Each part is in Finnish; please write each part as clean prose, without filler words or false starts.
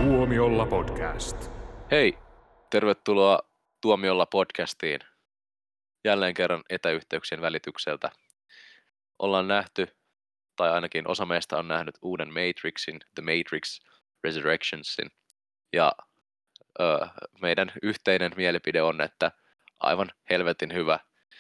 Tuomiolla podcast. Hei, tervetuloa Tuomiolla podcastiin. Jälleen kerran etäyhteyksien välitykseltä. Ollaan nähty, tai ainakin osa meistä on nähnyt uuden Matrixin, The Matrix Resurrectionsin. Ja meidän yhteinen mielipide on, että aivan helvetin hyvä.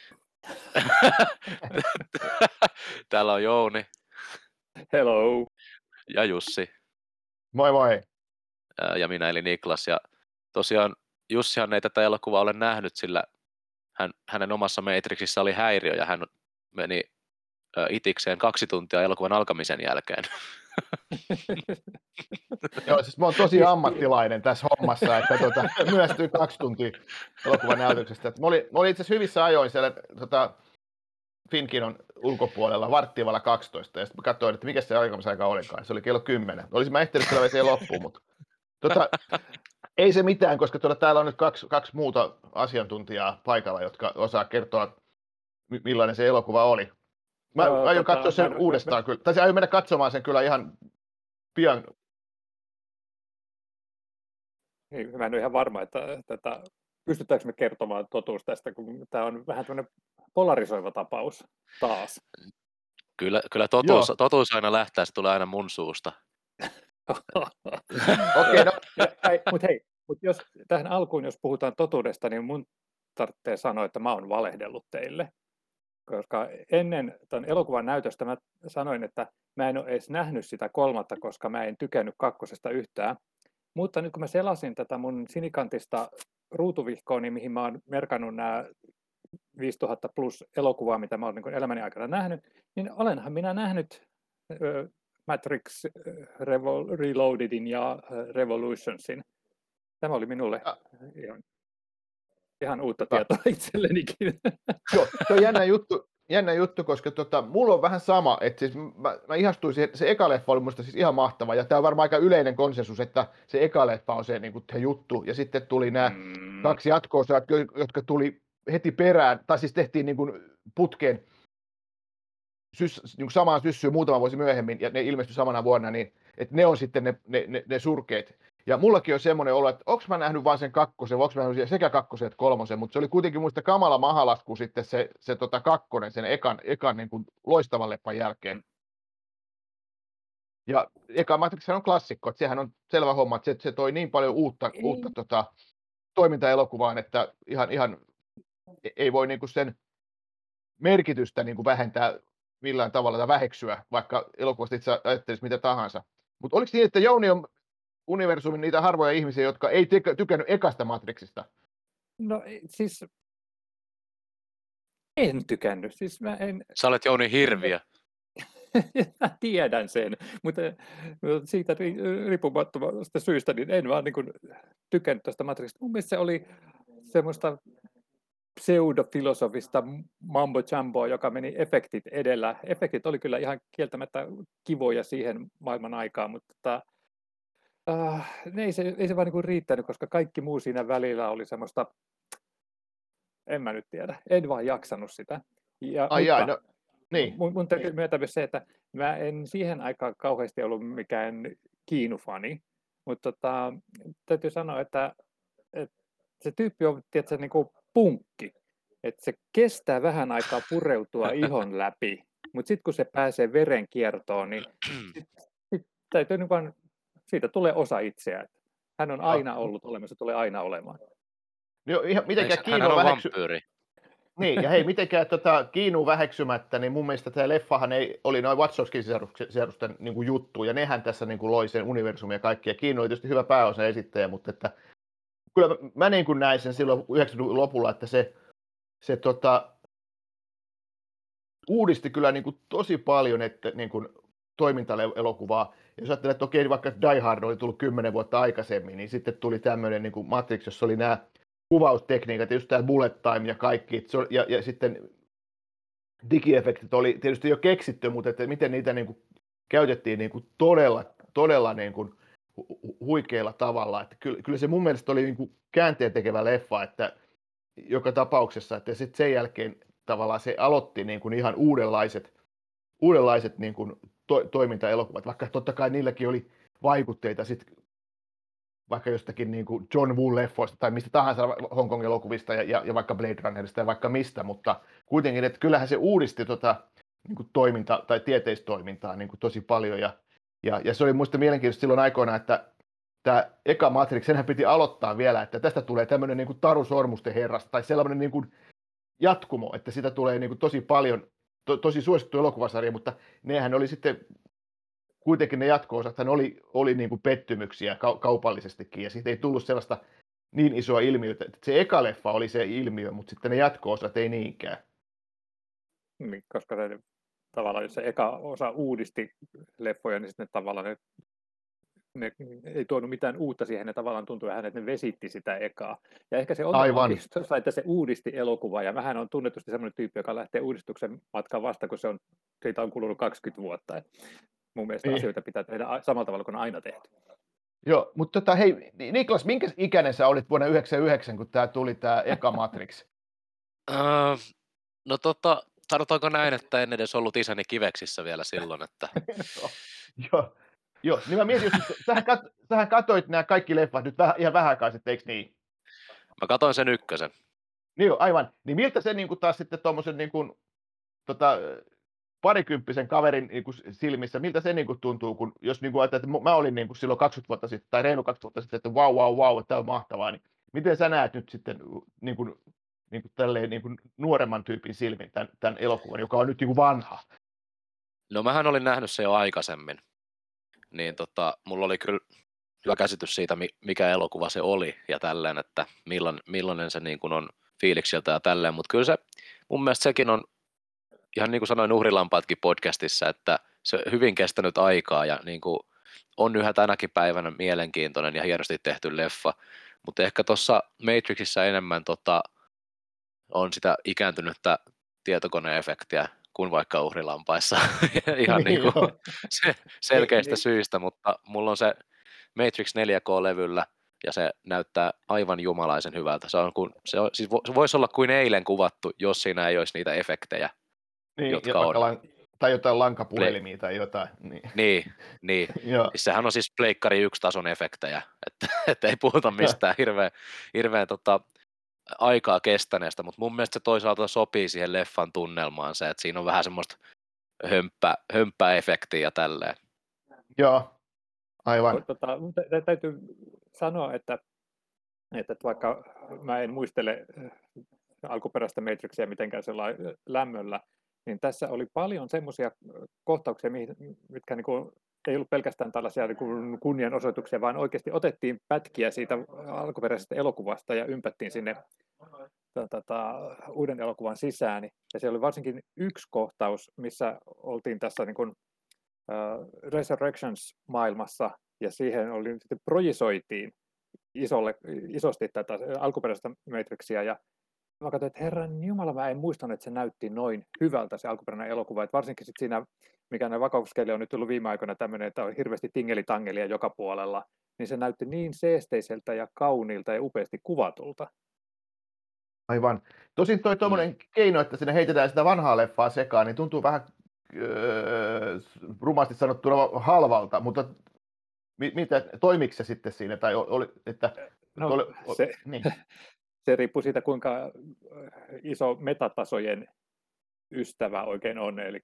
Täällä on Jouni. Hello. Ja Jussi. Moi moi. Ja minä eli Niklas. Ja tosiaan Jussihan ei tätä elokuvaa ole nähnyt, sillä hänen omassa Matrixissa oli häiriö ja hän meni itikseen 2 tuntia elokuvan alkamisen jälkeen. Joo, siis mä oon tosi ammattilainen tässä hommassa, että myöhästyi 2 tuntia elokuvan näytöksestä. Mä olin itse asiassa hyvissä ajoin siellä Finkinon ulkopuolella 11:12 ja sitten mä katsoin, että mikä se alkamisaika olikaan. Se oli kello 10. Olisin mä ehtinyt kyllä siihen loppuun, mutta ei se mitään, koska täällä on nyt kaksi muuta asiantuntijaa paikalla, jotka osaa kertoa, millainen se elokuva oli. Mä aion katsoa sen uudestaan kyllä. Tai aion mennä katsomaan sen kyllä ihan pian. Mä en ole ihan varma, että pystytäänkö me kertomaan totuus tästä, kun tämä on vähän tämmöinen polarisoiva tapaus taas. Kyllä totuus aina lähtee, se tulee aina mun suusta. Okei, no. Mutta jos tähän alkuun, jos puhutaan totuudesta, niin mun tarvitsee sanoa, että mä oon valehdellut teille. Koska ennen tämän elokuvan näytöstä mä sanoin, että mä en ole edes nähnyt sitä 3, koska mä en tykännyt 2 yhtään. Mutta nyt kun mä selasin tätä mun sinikantista ruutuvihkoa, niin mihin mä oon merkannut nämä 5000 plus elokuvaa, mitä mä oon niin elämäni aikana nähnyt, niin olenhan minä nähnyt Matrix Reloadedin ja Revolutionsin. Tämä oli minulle ihan uutta tietoa itsellenikin. Joo, se on jännä juttu, koska mulla on vähän sama, että siis mä ihastuin siihen, se eka leffa oli musta siis ihan mahtava, ja tämä on varmaan aika yleinen konsensus, että se eka leffa on se, niin kuin, juttu, ja sitten tuli nämä 2 jatko-osaa, jotka tuli heti perään, tai siis tehtiin niin kuin putkeen niin samaan syssyyn muutama vuosi myöhemmin, ja ne ilmestyi samana vuonna, niin että ne on sitten ne surkeet. Ja mullakin on semmoinen olo, että onko mä nähnyt vain sen 2, vai onko mä nähnyt sekä 2 että 3, mutta se oli kuitenkin muista kamala mahalasku sitten se 2, sen ekan niin kuin loistavan leppan jälkeen. Ja eka Matrix on klassikko, että sehän on selvä homma, että se toi niin paljon uutta toimintaelokuvaan, että ihan ei voi niin kuin sen merkitystä niin kuin vähentää millään tavalla tai väheksyä, vaikka elokuvasta itse ajattelisi mitä tahansa. Mutta oliko niin, että Jouni on universumin niitä harvoja ihmisiä, jotka ei tykännyt ekasta Matrixista? No siis en tykännyt. Siis mä en... Sä olet Jouni hirviö. Mä tiedän sen, mutta siitä riippumattomasta syystä niin en vaan niin kuin tykännyt tuosta Matrixista. Mun mielestä se oli semmoista pseudofilosofista mambo jumboa, joka meni efektit edellä. Efektit oli kyllä ihan kieltämättä kivoja siihen maailman aikaan, mutta ei se vaan niin kuin riittänyt, koska kaikki muu siinä välillä oli semmoista, en mä nyt tiedä, en vaan jaksanut sitä. Niin. Mun täytyy myöntää myös se, että mä en siihen aikaan kauheasti ollut mikään Keanu-fani, mutta täytyy sanoa, että se tyyppi on tietysti niin kuin punkki, että se kestää vähän aikaa pureutua ihon läpi, mutta sitten kun se pääsee verenkiertoon, niin sit täytyy niin vaan, siitä tulee osa itseään. Hän on aina ollut olemassa, tulee aina olemaan. Joo, mitenkään Hän on vampyyri. Niin, ja hei, mitenkään Keanu väheksymättä, niin mun mielestä tämä leffahan oli noin Wachowski-sisarusten niin kuin juttu, ja nehän tässä niin kuin loi sen universumin ja kaikki, ja Keanu oli tietysti hyvä pääosan esittäjä, mutta että kyllä mä niin kuin näin sen silloin 90-luvun lopulla, että se uudisti kyllä niin kuin tosi paljon että, niin kuin toimintaelokuvaa. Jos ajattelee, että okei, vaikka Die Hard oli tullut 10 vuotta aikaisemmin, niin sitten tuli tämmöinen niin kuin Matrix, jossa oli nämä kuvaustekniikat, just tämä bullet time ja kaikki, ja sitten digiefektit oli tietysti jo keksitty, mutta että miten niitä niin kuin käytettiin niin kuin todella niin kuin huikealla tavalla. Että kyllä se mun mielestä oli niin kuin käänteentekevä leffa, että joka tapauksessa, että sitten sen jälkeen tavallaan se aloitti niin kuin ihan uudenlaiset niin kuin toimintaelokuvat, vaikka totta kai niilläkin oli vaikutteita sit vaikka jostakin niin kuin John Woo-leffoista tai mistä tahansa Hongkongin elokuvista ja vaikka Blade Runnerista ja vaikka mistä, mutta kuitenkin, että kyllähän se uudisti niin kuin tai tieteistoimintaa niin kuin tosi paljon ja se oli muista mielenkiintoista silloin aikoina, että tämä eka Matrix, senhän piti aloittaa vielä, että tästä tulee tämmöinen niin kuin Taru Sormusten herrasta tai sellainen niin kuin jatkumo, että sitä tulee niin kuin tosi paljon, tosi suosittu elokuvasarja, mutta nehän oli sitten kuitenkin ne jatko-osat oli niin kuin pettymyksiä kaupallisestikin, ja siitä ei tullut sellaista niin isoa ilmiötä. Se eka leffa oli se ilmiö, mutta sitten ne jatko-osat ei niinkään. Koska se, tavallaan, jos se eka osa uudisti leffoja, niin sitten tavallaan ne ei tuonut mitään uutta siihen, ne tavallaan tuntui vähän, että ne vesitti sitä ekaa. Ja ehkä se ongelma on tuossa, että se uudisti elokuvaa, ja mähän on tunnetusti sellainen tyyppi, joka lähtee uudistuksen matkaan vasta, kun siitä on kulunut 20 vuotta. Mun mielestä asioita pitää tehdä samalla tavalla kuin aina tehty. Joo, mutta hei Niklas, minkä ikäinen sä olit vuonna 1999, kun tämä tuli tämä eka Matrix? No sanotaanko näin, että en edes ollut isäni kiveksissä vielä silloin, että... Joo, niin mä mietin, sähän katsoit nämä kaikki leffat nyt ihan vähäkaiset, eikö niin? Mä katsoin sen ykkösen. Niin joo, aivan. Niin miltä se niin kuin taas sitten tuommoisen niin kuin, parikymppisen kaverin niin kuin silmissä, miltä se niin kuin tuntuu, kun jos niin kuin ajattelee, että mä olin niin kuin silloin 20 vuotta sitten, tai reilu 20 vuotta sitten, että wow, tämä on mahtavaa, niin miten sä näet nyt sitten niin kuin tälleen niin kuin nuoremman tyypin silmin tämän elokuvan, joka on nyt niin kuin vanha? No mähän olin nähnyt se jo aikaisemmin, niin mulla oli kyllä hyvä käsitys siitä, mikä elokuva se oli ja tälleen, että millainen se niin kuin on fiiliksiltä ja tälleen, mutta kyllä se mun mielestä sekin on ihan niin kuin sanoin Uhrilampaatkin podcastissa, että se on hyvin kestänyt aikaa ja niin kuin on yhä tänäkin päivänä mielenkiintoinen ja hienosti tehty leffa, mutta ehkä tuossa Matrixissa enemmän on sitä ikääntynyttä tietokoneefektiä kuin vaikka Uhrilampaissa ihan niin kuin selkeistä syistä, mutta mulla on se Matrix 4K-levyllä ja se näyttää aivan jumalaisen hyvältä. Se voisi olla kuin eilen kuvattu, jos siinä ei olisi niitä efektejä, niin, jotka on. Tai jotain lankapuhelimia tai jotain. Niin. Siis sehän on siis Pleikkari 1 tason efektejä, että ei puhuta mistään hirveän aikaa kestäneestä, mutta mun mielestä se toisaalta sopii siihen leffan tunnelmaan se, että siinä on vähän semmoista hömppää-efektiä ja tälleen. Joo, aivan. Täytyy sanoa, että vaikka mä en muistele alkuperäistä Matrixia mitenkään sellainen lämmöllä, niin tässä oli paljon semmoisia kohtauksia, mitkä niin kuin ei ollut pelkästään tällaisia niin kunnianosoituksia, vaan oikeasti otettiin pätkiä siitä alkuperäisestä elokuvasta ja ympättiin sinne uuden elokuvan sisään. Ja siellä oli varsinkin yksi kohtaus, missä oltiin tässä niin kuin, Resurrections-maailmassa, ja siihen sitten projisoitiin isosti tätä alkuperäistä Matrixia, ja mä katsoin, että herran jumala, mä en muistanut, että se näytti noin hyvältä se alkuperäinen elokuva, että varsinkin sitten siinä, mikä ne vakauskeli on nyt tullut viime aikoina tämmöinen, että on hirveästi tingelitangelia joka puolella, niin se näytti niin seesteiseltä ja kauniilta ja upeasti kuvatulta. Aivan. Tosin tuommoinen keino, että sinne heitetään sitä vanhaa leffaa sekaan, niin tuntuu vähän rumasti sanottuna halvalta, mutta toimiko se sitten siinä? Tai niin. Se riippuu siitä, kuinka iso metatasojen ystävä oikein on. Eli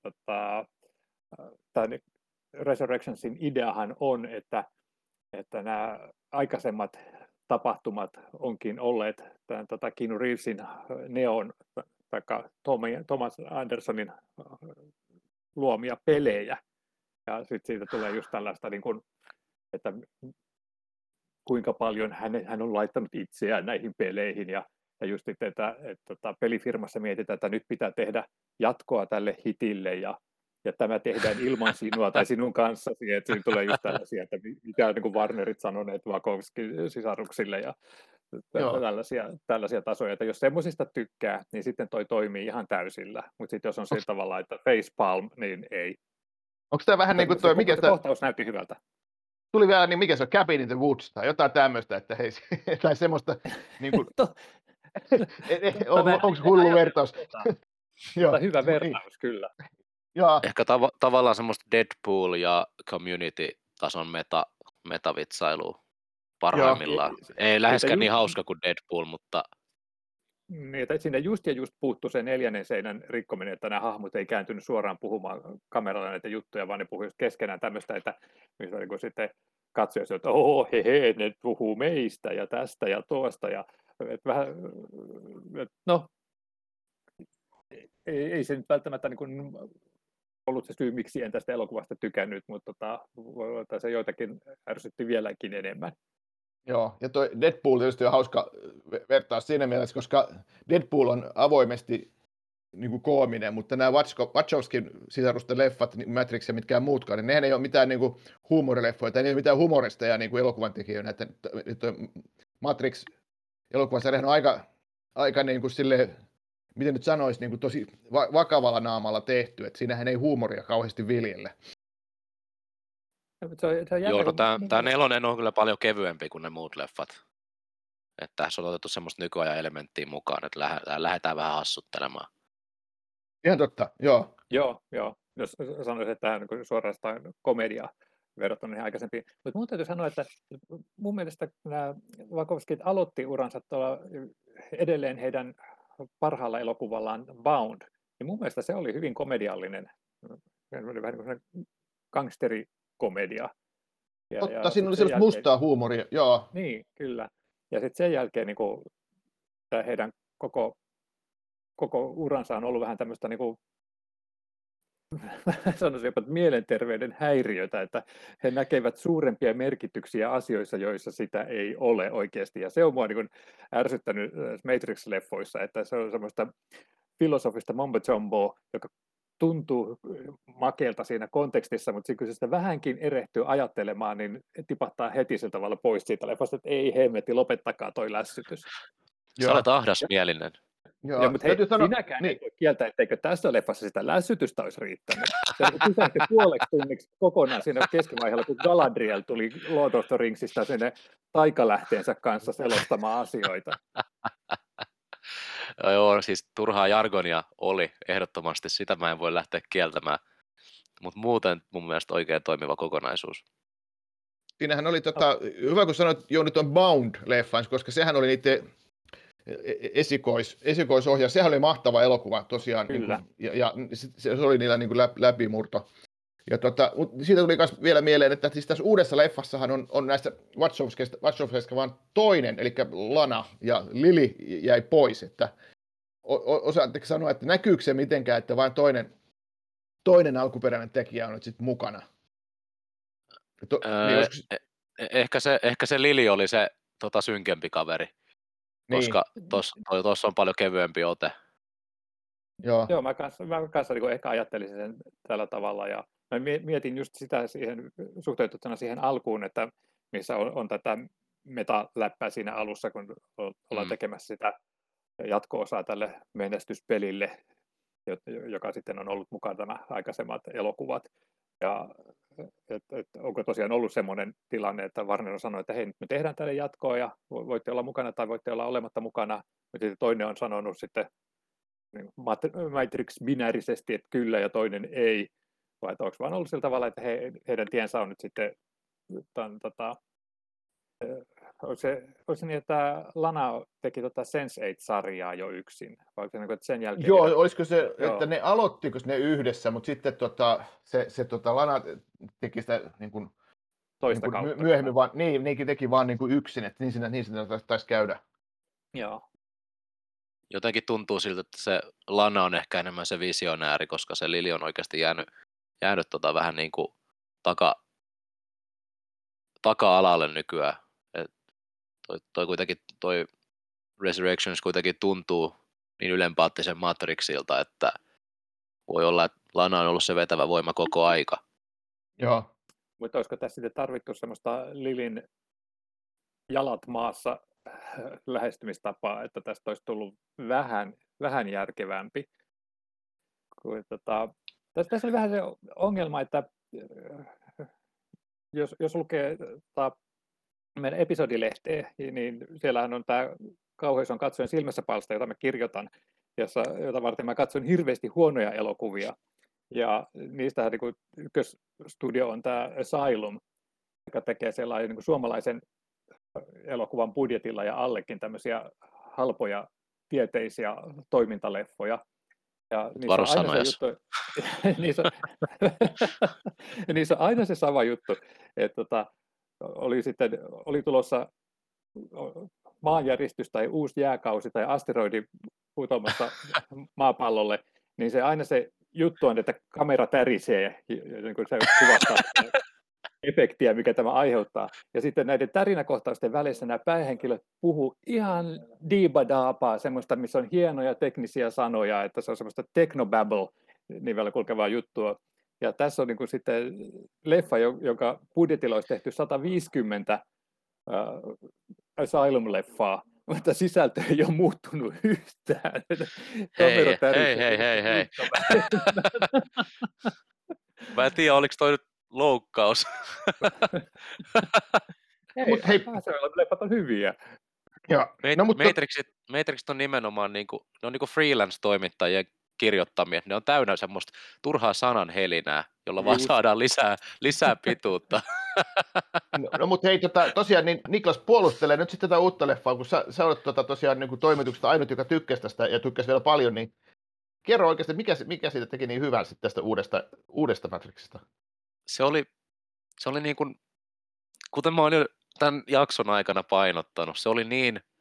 tämän Resurrectionsin ideahan on, että nämä aikaisemmat tapahtumat onkin olleet tämän Keanu Reevesin Neon tai Thomas Andersonin luomia pelejä. Ja sitten siitä tulee just tällaista, niin kuin, että kuinka paljon hän on laittanut itseään näihin peleihin. Ja just että pelifirmassa mietitään, että nyt pitää tehdä jatkoa tälle hitille ja tämä tehdään ilman sinua tai sinun kanssasi. Että siinä tulee just tällaisia, että mitä on niin kuin Warnerit sanoneet Wachowski-sisaruksille ja tällaisia tasoja. Että jos semmoisista tykkää, niin sitten toi toimii ihan täysillä. Mutta sitten jos on sillä tavalla, että facepalm, niin ei. Onko tämä vähän niin kuin tuo... kohtaus näytti hyvältä. Tuli vielä, niin mikä se on, Cabin in the Woods tai jotain tämmöistä, että hei, tai semmoista, niin kuin, onko hullu vertaus? Hyvä vertaus, kyllä. Ehkä tavallaan semmoista Deadpool ja Community-tason metavitsailua parhaimmillaan. Ei läheskään niin just- hauska kuin Deadpool, mutta Niin, että sinne just puuttuu se 4. seinän rikkominen, että nämä hahmot ei kääntynyt suoraan puhumaan kameralla näitä juttuja, vaan ne puhuivat keskenään tämmöistä, että missä niin sitten katsoja että ne puhuu meistä ja tästä ja tuosta. Ja, vähän, no, ei se nyt välttämättä niin kuin ollut se syy, miksi en tästä elokuvasta tykännyt, mutta voi olla, että se joitakin ärsytti vieläkin enemmän. Joo, ja toi Deadpool tietysti on hauska vertaa siinä mielessä, koska Deadpool on avoimesti niin kuin koominen, mutta nämä Wachowskin sisarusten leffat, niin Matrix ja mitkään muutkaan, niin nehän ei ole mitään niin kuin huumorileffoja, tai ei ole mitään humoristeja niin kuin elokuvan tekijöinä, että Matrix-elokuvasarjahan on aika niin kuin silleen, miten nyt sanoisi, niin kuin tosi vakavalla naamalla tehty, että siinähän ei huumoria kauheasti viljellä. joo, no tämä 4 on kyllä paljon kevyempi kuin ne muut leffat. Että tässä on otettu semmoista nykyajan elementtiä mukaan, että lähdetään vähän hassuttelemaan. Ihan totta, joo. Joo. Jos sanoisin, että tämä on niin suorastaan komedia verrattuna niihin aikaisempiin. Mutta minun täytyy sanoa, että mun mielestä nämä Wachowskit aloitti uransa tuolla edelleen heidän parhaalla elokuvallaan Bound. Ja mun mielestä se oli hyvin komediallinen, vähän niin kuin gangsterikomedia. Totta, siinä oli sellaista mustaa huumoria, joo. Niin, kyllä. Ja sitten sen jälkeen niin kuin, tämä heidän koko uransa on ollut vähän tämmöistä niin kuin, sanoisin jopa mielenterveyden häiriötä, että he näkevät suurempia merkityksiä asioissa, joissa sitä ei ole oikeasti. Ja se on mua niin kuin ärsyttänyt Matrix-leffoissa, että se on semmoista filosofista mumbo-jumboa, joka tuntuu makeelta siinä kontekstissa, mutta kun se sitä vähänkin erehtyy ajattelemaan, niin tipahtaa heti sillä tavalla pois siitä leffasta, että ei hemmetti, lopettakaa toi lässytys. Sä olet ahdasmielinen. Joo, mutta hei, sinäkään ei voi kieltää, etteikö tässä leffassa sitä lässytystä olisi riittänyt. Se pysähti puoleksi tunniksi kokonaan siinä keskivaiheella, kun Galadriel tuli Lord of the Ringsista sinne taikalähteensä kanssa selostamaan asioita. Joo, siis turhaa jargonia oli ehdottomasti, sitä mä en voi lähteä kieltämään. Mutta muuten mun mielestä oikein toimiva kokonaisuus. Siinähän oli hyvä kun sanoit Jouni tuon Bound-leffan, koska sehän oli niiden esikoisohjaus. Sehän oli mahtava elokuva tosiaan. Kyllä. Niin kuin, ja se oli niillä niin kuin läpimurto. Ja siitä tuli myös vielä mieleen, että siis tässä uudessa leffassahan on näistä Wachowskista vain toinen, eli Lana ja Lily jäi pois. Että osaatteko sanoa, että näkyykö se mitenkään, että vain toinen alkuperäinen tekijä on nyt sitten mukana? Ehkä se Lily oli se synkempi kaveri, koska tuossa on paljon kevyempi ote. Joo, mä kanssa niin ehkä ajattelisin sen tällä tavalla, ja mä mietin just sitä suhteutettuna siihen alkuun, että missä on tätä metaläppää siinä alussa, kun ollaan tekemässä sitä jatko-osaa tälle menestyspelille, joka sitten on ollut mukana nämä aikaisemmat elokuvat. Ja onko tosiaan ollut semmoinen tilanne, että Warner on sanonut, että hei, nyt me tehdään tälle jatkoa ja voitte olla mukana tai voitte olla olematta mukana, mutta sitten toinen on sanonut sitten Matrix-binäärisesti, että kyllä ja toinen ei, vai onko vaan ollut sillä tavalla, että heidän tiensä on nyt sitten olisi se niin, että Lana teki Sense8-sarjaa jo yksin, vai se, että sen jälkeen... Joo, olisiko se, että ne aloittiko ne yhdessä, mutta sitten se Lana teki sitä niin kuin, toista niin kuin kautta. myöhemmin vaan, niin teki vaan niin kuin yksin, että niin siinä taisi käydä. Joo. Jotenkin tuntuu siltä, että se Lana on ehkä enemmän se visionääri, koska se Lily on oikeasti jäänyt vähän niin kuin taka-alalle nykyään. Toi Resurrections kuitenkin tuntuu niin ylempaattisen Matrixilta, että voi olla, että Lana on ollut se vetävä voima koko aika. Joo. Mutta olisiko tässä sitten tarvittu semmoista Lilin jalat maassa lähestymistapaa, että tästä olisi tullut vähän järkevämpi. Tässä oli vähän se ongelma, että jos lukee meidän episodilehteä, niin siellähän on tämä Kauheison katsojen silmässä palsta, jota mä kirjoitan, jota varten mä katson hirveästi huonoja elokuvia. Ja niistähän niin ykkösstudio on tämä Asylum, joka tekee sellainen niin suomalaisen elokuvan budjetilla ja allekin tämmöisiä halpoja tieteisiä toimintaleffoja. Ja niissä Varo on aina se sanojas. juttu, niissä, niissä on aina se sama juttu, että oli tulossa maanjäristys tai uusi jääkausi tai asteroidi putoamassa maapallolle, niin aina se juttu on, että kamera tärisee, niin kuin se kuvastaa efektiä, mikä tämä aiheuttaa. Ja sitten näiden tarinakohtausten välissä nämä päähenkilöt puhuu ihan diibadaapaa, semmoista, missä on hienoja teknisiä sanoja, että se on semmoista technobabble-nimellä kulkevaa juttua. Ja tässä on niin kuin sitten leffa, jonka budjetilla olisi tehty 150 Asylum-leffaa, mutta sisältö ei ole muuttunut yhtään. Hei. Mä en tiedä, oliko toi nyt loukkaus. Hei. Leffat on hyviä. Ja, no, mutta Matrixit on nimenomaan niinku, ne on niinku freelance-toimittajien kirjoittamia. Ne on täynnä semmoista turhaa sananhelinää, jolla vaan saadaan lisää pituutta. No mutta hei, tosiaan niin Niklas puolustelee nyt sitten tätä uutta leffaa, kun sä olet tosiaan niin kuin toimituksesta ainut, joka tykkäsi tästä ja tykkäsi vielä paljon, niin kerro oikeasti, mikä siitä teki niin hyvän sitten tästä uudesta Matrixista? Se oli niin kuin, kuten mä oon jo tämän jakson aikana painottanut, se oli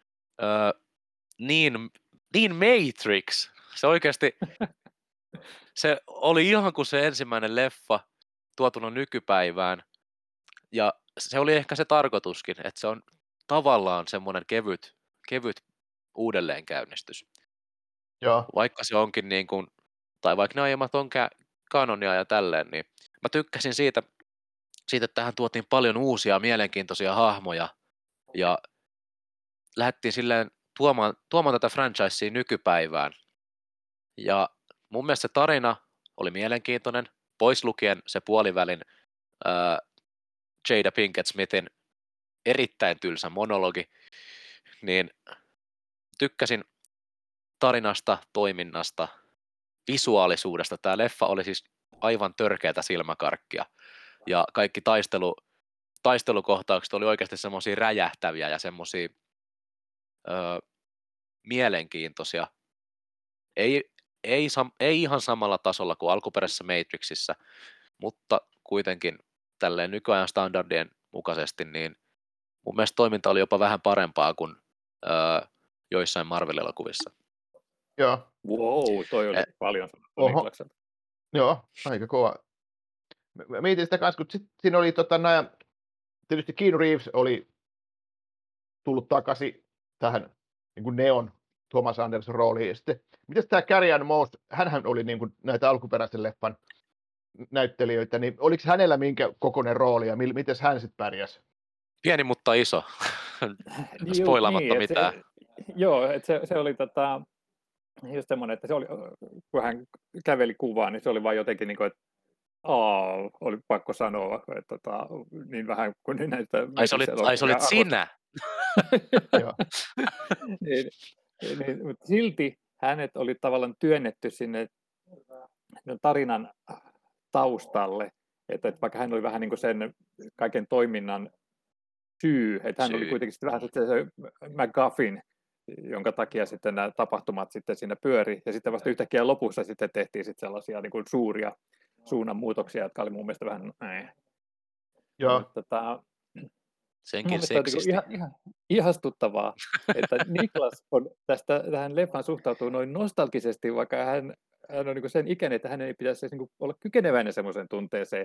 niin Matrix. Se oikeasti, se oli ihan kuin se ensimmäinen leffa tuotuna nykypäivään. Ja se oli ehkä se tarkoituskin, että se on tavallaan semmoinen kevyt uudelleenkäynnistys. Joo. Vaikka se onkin niin kuin, tai vaikka ne aiemmat on kanonia ja tälleen, niin mä tykkäsin siitä, että tähän tuotiin paljon uusia mielenkiintoisia hahmoja ja lähdettiin silleen tuomaan tätä franchisea nykypäivään. Ja mun mielestä se tarina oli mielenkiintoinen, pois lukien se puolivälin Jada Pinkett Smithin erittäin tylsä monologi, niin tykkäsin tarinasta, toiminnasta, visuaalisuudesta. Tämä leffa oli siis aivan törkeätä silmäkarkkia ja kaikki taistelukohtaukset oli oikeasti semmoisia räjähtäviä ja semmoisia mielenkiintoisia. Ei ihan samalla tasolla kuin alkuperäisessä Matrixissa, mutta kuitenkin tälleen nykyajan standardien mukaisesti, niin mun mielestä toiminta oli jopa vähän parempaa kuin joissain Marvel-elokuvissa. Joo. Wow, toi oli paljon sanottu Niklakselta. Joo, aika kova. Mä mietin sitä kanssa, kun siinä oli tietysti Keanu Reeves oli tullut takaisin tähän niin kuin Neon Thomas Anderson rooliin. Ja sitten, miten tämä Carrie Ann Moss, hänhän oli niin kuin näitä alkuperäisen leffan näyttelijöitä, niin oliko hänellä minkä kokoinen rooli ja miten hän sitten pärjäsi? Pieni, mutta iso. Spoilaamatta mitään. Se oli just semmoinen, että se oli, kun hän käveli kuvaan, niin se oli vaan jotenkin niin kuin, että oli pakko sanoa, että niin vähän kuin näistä... Ai se olit sinä! Mutta silti hänet oli tavallaan työnnetty sinne tarinan taustalle, että vaikka hän oli vähän niin kuin sen kaiken toiminnan syy, että hän oli kuitenkin vähän se MacGuffin, jonka takia sitten nämä tapahtumat sitten siinä pyöri, ja sitten vasta yhtäkkiä lopussa sitten tehtiin sitten sellaisia niin kuin suuria suunnanmuutoksia, jotka oli mun mielestä vähän Joo. Senkin seksisti. Ihan ihastuttavaa, että Niklas on tähän leffaan suhtautuu noin nostalgisesti, vaikka hän on niin sen ikäinen, että hänen ei pitäisi niin olla kykeneväinen semmoisen tunteeseen.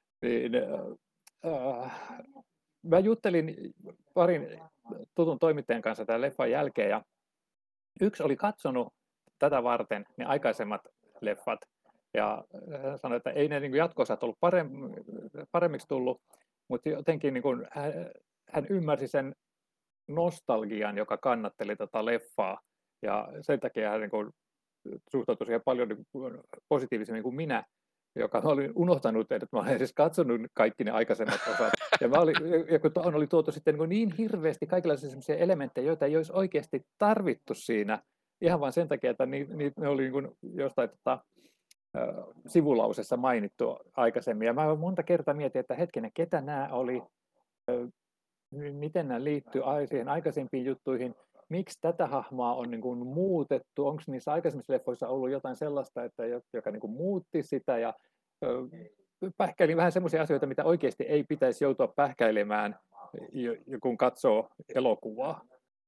Mä juttelin parin tutun toimittajan kanssa tämän leffan jälkeen, ja yksi oli katsonut tätä varten ne aikaisemmat leffat, ja sanoi, että ei ne niin jatko-osat ollut paremmiksi tullut, mutta jotenkin niin kuin hän ymmärsi sen nostalgian, joka kannatteli tätä leffaa, ja sen takia hän niin kuin suhtautui siihen paljon niin kuin positiivisemmin kuin minä, joka olin unohtanut, että mä olen edes katsonut kaikki ne aikaisemmat osat. Ja kun oli tuotu sitten niin hirveästi kaikenlaisia sellaisia elementtejä, joita ei olisi oikeasti tarvittu siinä, ihan vain sen takia, että ne oli niin kuin jostain sivulausessa mainittu aikaisemmin. Ja mä monta kertaa mietin, että hetkinen, ketä nämä oli miten nämä liittyy siihen aikaisempiin juttuihin, miksi tätä hahmoa on niin kuin muutettu, onko niissä aikaisemmissa leffoissa ollut jotain sellaista, että joka niin kuin muutti sitä ja pähkäilin vähän semmoisia asioita, mitä oikeasti ei pitäisi joutua pähkäilemään, kun katsoo elokuvaa.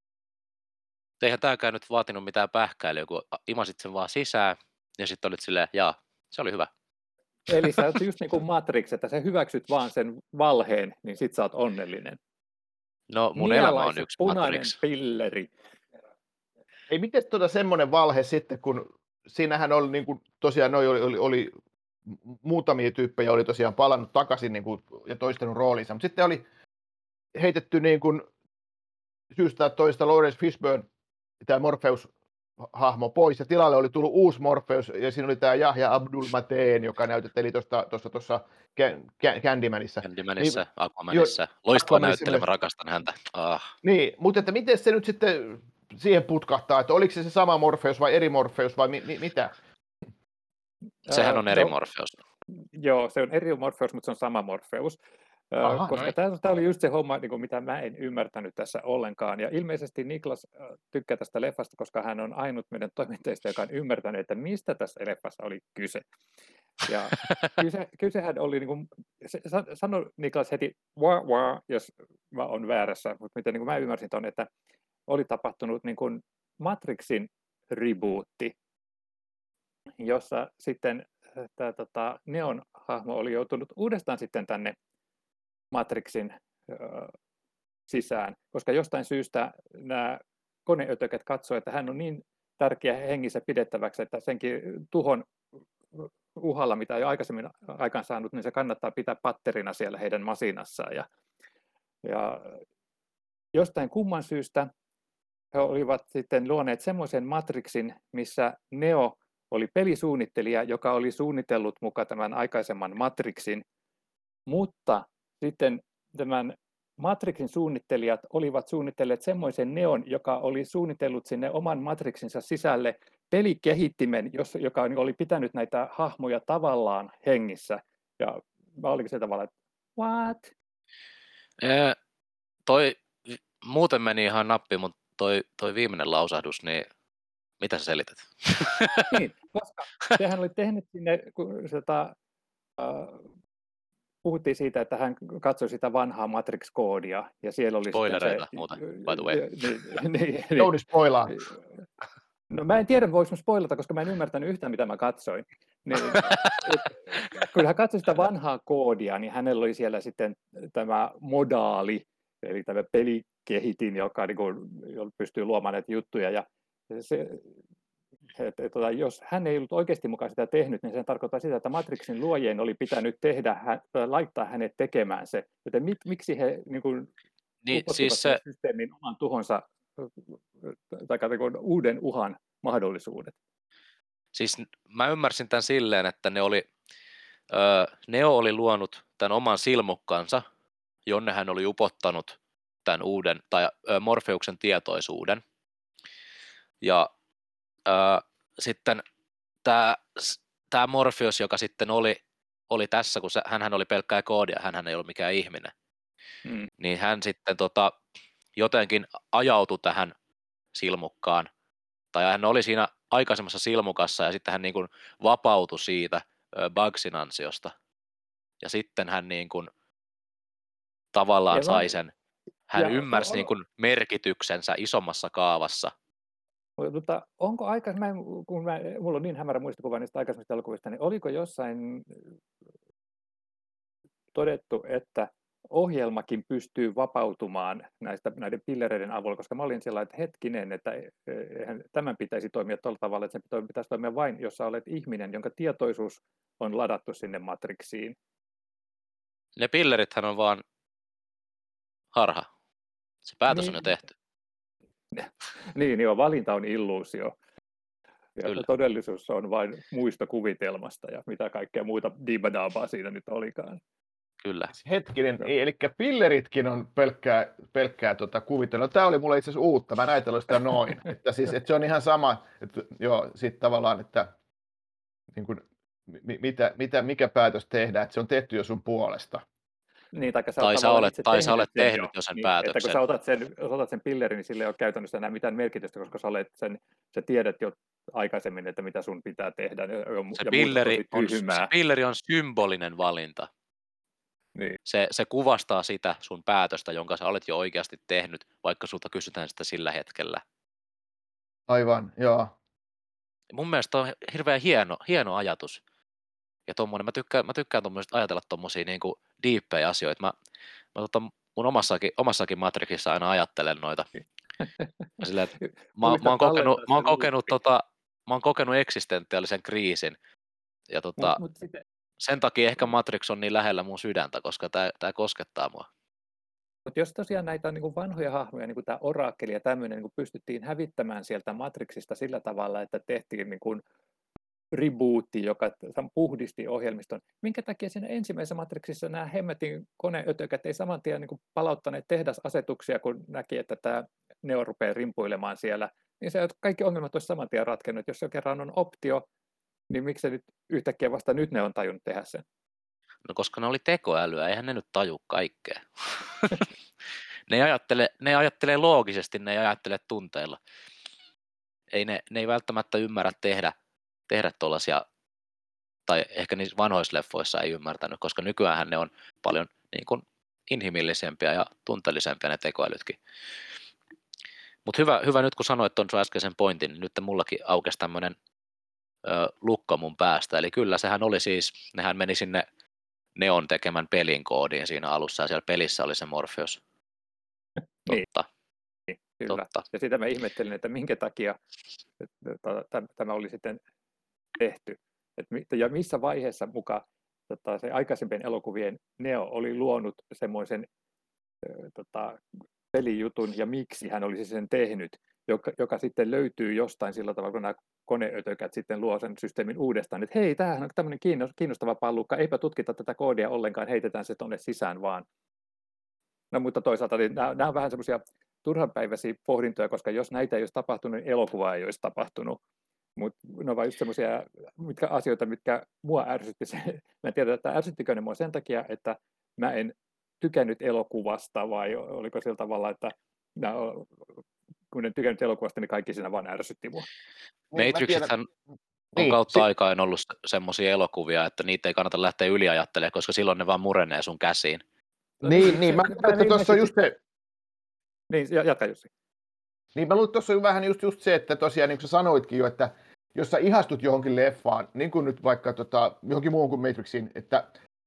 Eihän tämäkään nyt vaatinut mitään pähkäilyä, kun imasit sen vaan sisään ja sitten olit silleen, jaa, se oli hyvä. Eli sä oot just niin kuin Matrix, että sä hyväksyt vaan sen valheen, niin sit sä oot onnellinen. No mun elämä on yksi punainen Matrix. pilleri. Ei miten semmoinen valhe sitten, kun siinähän oli niin kuin, tosiaan oli muutamia tyyppejä oli tosiaan palannut takaisin niin kuin, ja toistanut roolinsa, mutta sitten oli heitetty niin kuin, syystä tai toista Lawrence Fishburne, tämä Morpheus-hahmo pois, ja tilalle oli tullut uusi Morpheus, ja siinä oli tämä Yahya Abdul-Mateen, joka näytteli tuossa Candymanissa. Candymanissa, Niin, Aquamanissa. Loistava Aquamanissa näyttelemä, myös. rakastan häntä. Niin, mutta että miten se nyt sitten siihen putkahtaa, että oliko se sama Morpheus vai eri Morpheus vai mitä? Sehän on eri Morpheus. Joo, se on eri Morpheus, mutta se on sama Morpheus. Aha, koska tämä oli just se homma, niin kuin mitä mä en ymmärtänyt tässä ollenkaan. Ja ilmeisesti Niklas tykkää tästä leffasta, koska hän on ainut meidän toimittajista, joka on ymmärtänyt, että mistä tässä leffassa oli kyse. Ja kysehän oli, niin kuin, sano Niklas heti, jos mä oon väärässä, mutta miten niin kuin mä ymmärsin ton, että oli tapahtunut niin kuin Matrixin rebootti, jossa sitten tämä Neon hahmo oli joutunut uudestaan sitten tänne Matrixin sisään, koska jostain syystä nämä koneötökät katsoi, että hän on niin tärkeä hengissä pidettäväksi, että senkin tuhon uhalla, mitä jo aikaisemmin aikaan saanut, niin se kannattaa pitää patterina siellä heidän masinassaan. Ja jostain kumman syystä he olivat sitten luoneet semmoisen Matrixin, missä Neo oli pelisuunnittelija, joka oli suunnitellut mukaan tämän aikaisemman Matrixin, mutta sitten tämän Matrixin suunnittelijat olivat suunnitelleet semmoisen Neon, joka oli suunnitellut sinne oman Matrixinsa sisälle pelikehittimen, joka oli pitänyt näitä hahmoja tavallaan hengissä. Ja mä olinkin se tavalla, että what? Toi muuten meni ihan nappi, mutta toi viimeinen lausahdus, niin mitä sä selität? Niin, koska sehän oli tehnyt sinne, kun puhuttiin siitä, että hän katsoi sitä vanhaa Matrix-koodia, ja siellä oli spoilereita se, muuten, by the way. Niin. Jouni spoilaa. No mä en tiedä, voiko mä spoilata, koska mä en ymmärtänyt yhtään, mitä mä katsoin. Niin, kun hän katsoi sitä vanhaa koodia, niin hänellä oli siellä sitten tämä modaali, eli tämä pelikehitin, joka niin kuin, pystyy luomaan näitä juttuja, ja jos hän ei ollut oikeasti mukaan sitä tehnyt, niin se tarkoittaa sitä, että Matrixin luojien oli pitänyt laittaa hänet tekemään se. Joten miksi he niin siis systeemin oman tuhonsa tai uuden uhan mahdollisuudet? Siis mä ymmärsin tämän silleen, että Neo oli luonut tämän oman silmukkansa, jonne hän oli upottanut tämän uuden, tai Morpheuksen tietoisuuden. Ja sitten tämä Morpheus, joka sitten oli tässä, kun hänhän oli pelkkää koodia, hänhän ei ollut mikään ihminen, niin hän sitten jotenkin ajautui tähän silmukkaan, tai hän oli siinä aikaisemmassa silmukassa, ja sitten hän niin kuin vapautui siitä Bugsin ansiosta, ja sitten hän niin kuin tavallaan sai sen, hän ymmärsi niin kuin merkityksensä isommassa kaavassa. Mutta onko mulla on niin hämärä muistikuva niistä aikaisemmista elokuvista, niin oliko jossain todettu, että ohjelmakin pystyy vapautumaan näiden pillereiden avulla, koska mä olin sellainen, että hetkinen, että eihän tämän pitäisi toimia tuolla tavalla, että sen pitäisi toimia vain, jos sä olet ihminen, jonka tietoisuus on ladattu sinne Matrixiin. Ne pillerithän on vaan harha. Se päätös on jo tehty. Niin, valinta on illuusio. Ja Kyllä. Todellisuus on vain muista kuvitelmasta ja mitä kaikkea muuta dibadaabaa siinä nyt olikaan. Kyllä. Hetkinen, eli pilleritkin on pelkkää kuvittelua. Tämä oli mulle itse asiassa uutta, mä näytän sitä noin. Että siis, että se on ihan sama, että joo, sitten tavallaan, että niin kuin, mikä päätös tehdään, että se on tehty jo sun puolesta. Niin, taikka sä oot Tai sä tavallaan olet, itse tai sä olet sen tehnyt jo. jo sen Niin, että kun päätöksen. sä otat sen pillerin, niin sillä ei ole käytännössä enää mitään merkitystä, koska sä tiedät jo aikaisemmin, että mitä sun pitää tehdä ja muut on tosi Se tyhmää. pilleri on symbolinen valinta. Niin. Se kuvastaa sitä sun päätöstä, jonka sä olet jo oikeasti tehnyt, vaikka sulta kysytään sitä sillä hetkellä. Aivan, joo. Mun mielestä on hirveän hieno ajatus. Ja tommonen, mä tykkään ajatella tommosia niinku diippejä asioita. Mä mun omassakin Matrixissa aina ajattelen noita. Ja silleen, että Muista tallentaa se luuppi. mä oon kokenut eksistentiaalisen kriisin. Ja Mut sitten, sen takia ehkä Matrix on niin lähellä mun sydäntä, koska tää koskettaa mua. mutta jos tosiaan näitä niin kuin vanhoja hahmoja, niin kuin tämä Orakkeli ja tämmöinen, niin kuin pystyttiin hävittämään sieltä Matrixista sillä tavalla, että tehtiin niin kuin rebootti, joka puhdisti ohjelmiston. Minkä takia siinä ensimmäisessä Matrixissa nämä hemmetin koneötökät ei saman tien niin kuin palauttaneet tehdasasetuksia, kun näki, että tämä Neo rupeaa rimpuilemaan siellä, niin se kaikki ongelmat olisi saman tien ratkennut. Jos se kerran on optio, niin miksi se nyt yhtäkkiä vasta nyt ne on tajunnut tehdä sen? No koska ne oli tekoälyä, eihän ne nyt taju kaikkea. Ne ajattelee loogisesti, ne ei ajattele tunteilla. Ne ei välttämättä ymmärrä tehdä tuollaisia, tai ehkä niissä vanhoissa leffoissa ei ymmärtänyt, koska nykyäänhän ne on paljon niin kuin inhimillisempiä ja tunteellisempia ne tekoälytkin. Mutta hyvä nyt kun sanoit tuon sun äskeisen pointin, niin nyt mullakin aukesi tämmöinen lukko mun päästä. Eli kyllä sehän oli siis, nehän meni sinne Neon tekemän pelin koodiin siinä alussa, ja siellä pelissä oli se Morpheus. Totta. Niin, kyllä. Totta. Ja sitä mä ihmettelin, että minkä takia tämä oli sitten tehty. Ja missä vaiheessa muka se aikaisempien elokuvien Neo oli luonut semmoisen pelijutun ja miksi hän olisi sen tehnyt, joka sitten löytyy jostain sillä tavalla, kun nämä koneötökät sitten luo sen systeemin uudestaan, että hei, tämähän on tämmöinen kiinnostava pallukka, eipä tutkita tätä koodia ollenkaan, heitetään se tuonne sisään vaan. No mutta toisaalta niin nämä on vähän semmoisia turhanpäiväisiä pohdintoja, koska jos näitä ei olisi tapahtunut, niin elokuva ei olisi tapahtunut. Mutta ne on vain just semmoisia asioita, mitkä mua ärsytti. Mä tiedän, että ärsyttikö ne mua sen takia, että mä en tykännyt elokuvasta, vai oliko sillä tavalla, että kun en tykännyt elokuvasta, niin kaikki siinä vaan ärsytti mua. Matrixithän on kautta aikaan ollut semmoisia elokuvia, että niitä ei kannata lähteä yliajattelemaan, koska silloin ne vaan murenee sun käsiin. Niin, mä luulen, että tuossa on just se... Niin, jatka Jussi. Niin, mä luulen, että tuossa on vähän just se, että tosiaan, niin kuin sä sanoitkin jo, että jos sä ihastut johonkin leffaan, niin kuin nyt vaikka johonkin muuhun kuin Matrixiin, että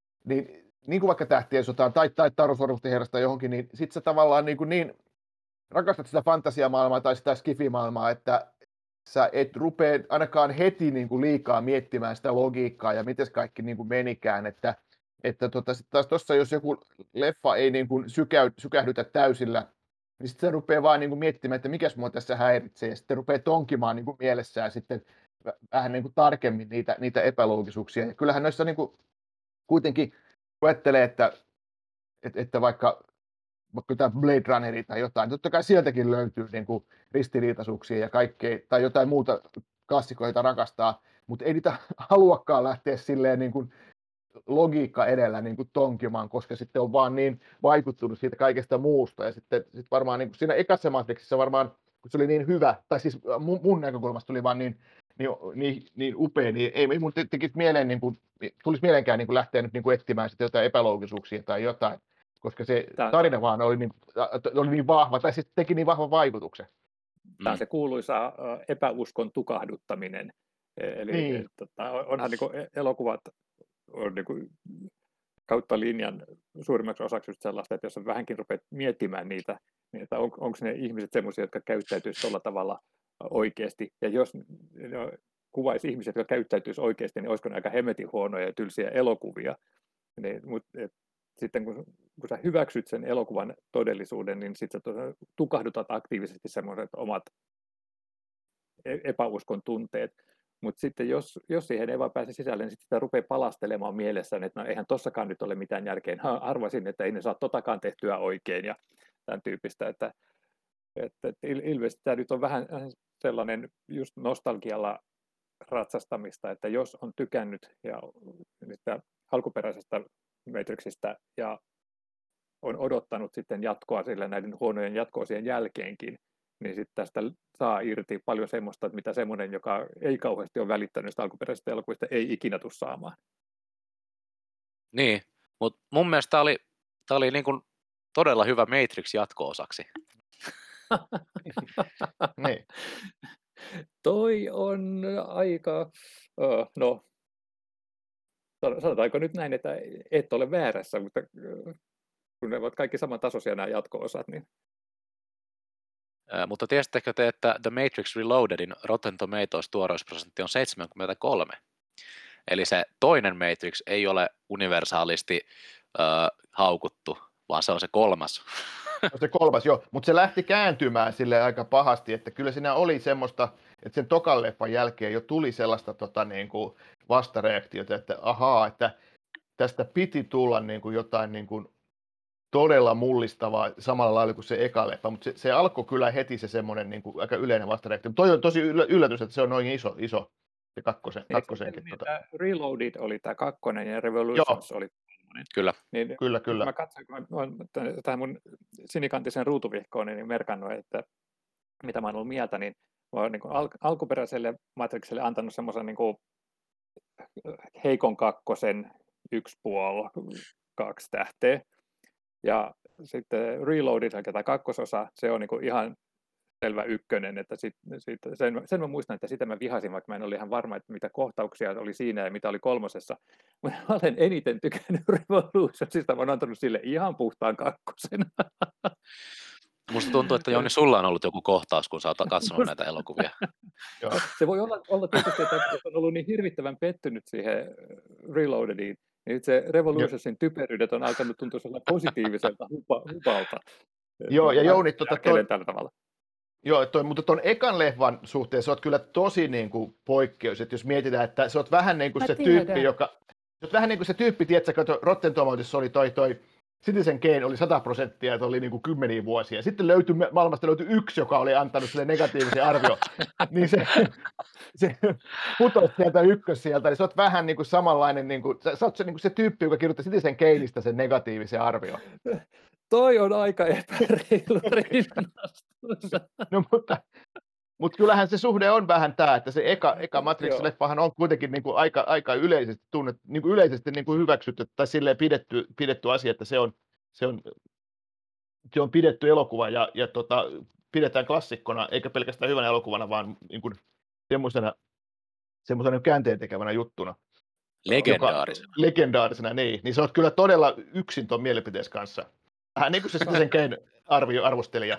niin kuin vaikka Tähtien sotaan tai Tarusormusten herrasta johonkin, niin sit sä tavallaan niin rakastat sitä fantasiamaailmaa tai sitä skifimaailmaa, että sä et rupea ainakaan heti niin kuin liikaa miettimään sitä logiikkaa ja miten kaikki niin kuin menikään, että sitten taas tuossa, jos joku leffa ei niin kuin sykähdytä täysillä, niin sitten se rupeaa vaan niin kuin miettimään, että mikäs mua tässä häiritsee, ja sitten rupeaa tonkimaan niin kuin mielessään sitten vähän niin kuin tarkemmin niitä epäloogisuuksia. Ja kyllähän noissa niin kuin kuitenkin ajattelee, että vaikka jotain Blade Runneri tai jotain, totta kai sieltäkin löytyy niin kuin ristiriitaisuuksia ja kaikkea, tai jotain muuta klassikoita, joita rakastaa, mutta ei niitä haluakaan lähteä silleen niin kuin logiikka edellä niin kuin tonkimaan, koska sitten on vaan niin vaikuttunut siitä kaikesta muusta. Ja sitten varmaan niin kuin siinä ekassa Matrixissa varmaan, kun se oli niin hyvä, tai siis mun näkökulmasta tuli vaan niin upea, niin ei mun tekisi mieleen, niin kuin, tulisi mieleenkään niin kuin lähteä nyt niin kuin etsimään sitten jotain epäloogisuuksia tai jotain, koska se tarina vaan oli niin vahva, tai sitten teki niin vahvan vaikutuksen. Tämä on se kuuluisa epäuskon tukahduttaminen. Eli niin. Onhan niin kuin elokuvat on niin kuin kautta linjan suurimmaksi osaksi just sellaista, että jos sä vähänkin rupeat miettimään niitä, niin että onko ne ihmiset semmoisia, jotka käyttäytyisi tuolla tavalla oikeasti. Ja jos kuvaisi ihmisiä, jotka käyttäytyisi oikeasti, niin olisiko ne aika hemmetin huonoja ja tylsiä elokuvia. Mutta sitten kun sä hyväksyt sen elokuvan todellisuuden, niin sitten sä tukahdutat aktiivisesti semmoiset omat epäuskon tunteet. Mutta sitten jos siihen ei vaan pääse sisälle, niin sitten sitä rupeaa palastelemaan mielessään, että no eihän tossakaan nyt ole mitään järkeä. Arvasin, että ei ne saa totakaan tehtyä oikein ja tämän tyyppistä. Että ilmeisesti tämä nyt on vähän sellainen just nostalgialla ratsastamista, että jos on tykännyt ja alkuperäisestä Matrixista ja on odottanut sitten jatkoa sille näiden huonojen jatko-osien jälkeenkin, niin sitten tästä saa irti paljon semmoista, että mitä semmoinen, joka ei kauheasti ole välittänyt sitä alkuperäisestä elokuvista, ei ikinä tule saamaan. Niin, mutta mun mielestä tää oli niin kuin todella hyvä Matrix jatko-osaksi. Niin. Toi on aika, no sanotaanko nyt näin, että et ole väärässä, mutta kun ne ovat kaikki samantasoisia nämä jatko-osat, niin Mutta tiesittekö te, että The Matrix Reloadedin Rotten Tomatoes tuoreusprosentti on 73? Eli se toinen Matrix ei ole universaalisti haukuttu, vaan se on se kolmas. Se kolmas, joo, mutta se lähti kääntymään sille aika pahasti, että kyllä siinä oli semmoista, että sen tokan leffan jälkeen jo tuli sellaista niin kuin vastareaktiota, että ahaa, että tästä piti tulla niin kuin jotain niin kuin todella mullistavaa samalla lailla kuin se eka leffa, mutta se alkoi kyllä heti se semmoinen niin kuin aika yleinen vastareaktio. Toi on tosi yllätys, että se on noin iso se kakkosenkin. Tämä Reloaded oli tämä kakkonen ja Revolutions oli kolmonen. Kyllä. Niin, Kyllä. Mä katsoin, kun mä olen tähän mun sinikantisen ruutuvihkoon niin merkannut, että mitä mä oon ollut mieltä, niin mä oon niin alkuperäiselle Matrixille antanut semmoisen niin heikon kakkosen 1,5, 2 tähteä. Ja sitten Reloaded, tämä kakkososa, se on niin ihan selvä ykkönen, että sen mä muistan, että sitä mä vihasin, vaikka mä en ole ihan varma, että mitä kohtauksia oli siinä ja mitä oli kolmosessa. Mutta mä olen eniten tykännyt Revolutionsista, mä oon antanut sille ihan puhtaan kakkosen. Musta tuntuu, että Jouni, sulla on ollut joku kohtaus, kun sä oot katsonut näitä elokuvia. Se voi olla tietysti, että on ollut niin hirvittävän pettynyt siihen Reloadediin, niin se Revolutionsin typeryydet on alkanut tuntua sellainen positiiviselta hupalta. Joo, ja Jouni, tällä tavalla. Joo, mutta tuon ekan leffan suhteen sä oot kyllä tosi niin kuin poikkeus, että jos mietitään, että sä oot vähän niin kuin se tyyppi, joka... Sä oot vähän niin kuin se tyyppi, tiedätkö, että Rotten Tomatoesissa oli toi Citizen Kane oli 100%, että oli niin kuin 10 vuosia. Sitten maailmasta löytyi yksi, joka oli antanut sille negatiivisen arvio. Niin se putosi sieltä sieltä, niin sä oot vähän niin kuin samanlainen, niin kuin, sä oot se, niin kuin se tyyppi, joka kirjoitti Citizen Kaneista sen negatiivisen arvio. Toi on aika epäreilu rinnastus. No mutta kyllähän se suhde on vähän tämä, että se eka Matrix-leffahan on kuitenkin niin kuin aika yleisesti tunnettu, niin kuin yleisesti niin kuin hyväksytty tai silleen pidetty asia, että se on pidetty elokuva ja pidetään klassikkona, eikä pelkästään hyvänä elokuvana, vaan niin kuin semmoisena käänteentekevänä juttuna. Legendaarisena, niin se on kyllä todella yksin tuon mielipiteessä kanssa. Vähän niin kuin se sitten sen Kane arvostelija.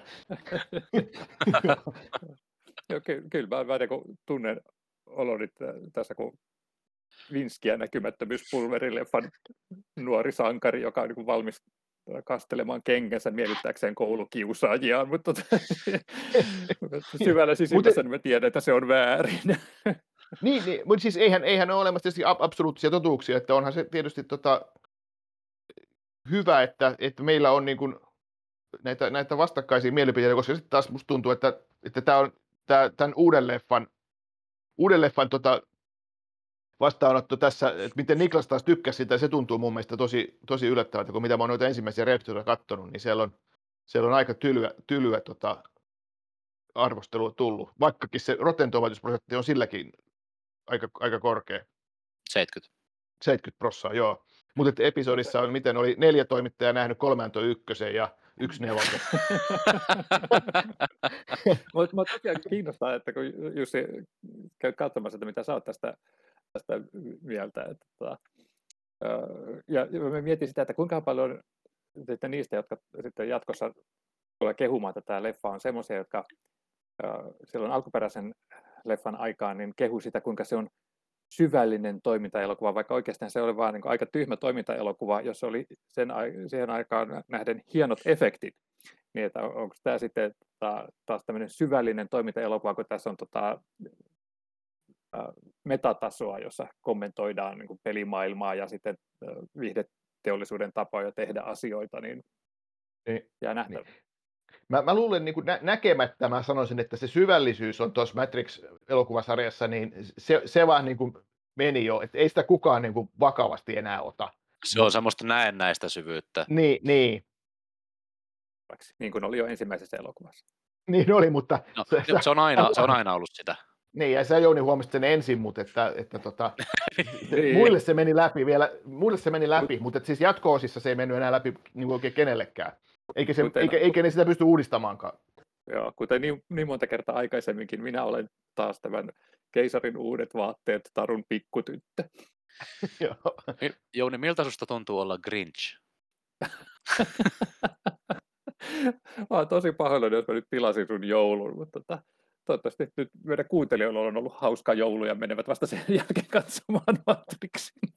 Joo, kyllä mä tunnen oloni tässä, kun Vinskiä näkymättömyyspulverileffan nuori sankari, joka on niin valmis kastelemaan kengänsä miellyttääkseen koulukiusaajia, mutta syvällä sisimmässä niin mä tiedän, että se on väärin. Niin, mutta siis eihän ole olemassa absoluuttisia totuuksia, että onhan se tietysti hyvä, että meillä on niin kuin näitä vastakkaisia mielipiteitä, koska sitten taas musta tuntuu, että tämä on tämän uuden leffan vastaanotto tässä, että miten Niklas taas tykkäsi sitä, se tuntuu mun mielestä tosi yllättävältä, kun mitä mä oon noita ensimmäisiä reaktioita katsonut, niin siellä on aika tylyä arvostelua tullut, vaikkakin se Rotten Tomatoes-prosentti on silläkin aika korkea. 70%, joo. Mutta episodissa on, miten oli 4 toimittajaa nähnyt, 3 antoi 1 ja 1 nelosen. Mä tosiaan kiinnostaa, että kun Jussi käyt katsomassa, että mitä sä oot tästä mieltä. Ja mä mietin sitä, että kuinka paljon sitten niistä, jotka sitten jatkossa tulee kehumaan tätä leffaa, on semmoisia, jotka silloin alkuperäisen leffan aikaan niin kehu sitä, kuinka se on syvällinen toimintaelokuva, vaikka oikeastaan se oli vaan niin aika tyhmä toimintaelokuva, jossa oli siihen aikaan nähden hienot efektit. Niin, että onko tämä sitten taas tämmöinen syvällinen toimintaelokuva, kun tässä on metatasoa, jossa kommentoidaan niin kuin pelimaailmaa ja sitten viihdeteollisuuden tapoja tehdä asioita, niin jää nähtävä. Niin. Mä luulen, niin kuin näkemättä mä sanoisin, että se syvällisyys on tuossa Matrix-elokuvasarjassa, niin se vaan niin kuin meni jo, että ei sitä kukaan niin kuin vakavasti enää ota. Se on semmoista näennäistä syvyyttä. Niin. nähtäväksi, niin kuin oli jo ensimmäisessä elokuvassa. Niin oli, mutta No, se on aina ollut sitä. niin, ja sä Jouni huomasit sen ensin, mutta Niin. muille se meni läpi vielä, mutta siis jatko-osissa se ei mennyt enää läpi niin oikein kenellekään. Eikä ne sitä pysty uudistamaankaan. Joo, kuten niin monta kertaa aikaisemminkin, minä olen taas tämän keisarin uudet vaatteet tarun pikkutyttö. Joo. Jouni, miltä susta tuntuu olla Grinch? Mä oon tosi pahoillani, jos mä nyt pilasin sun joulun, mutta toivottavasti nyt meidän kuuntelijoilla on ollut hauska joulu ja menevät vasta sen jälkeen katsomaan Matrixin.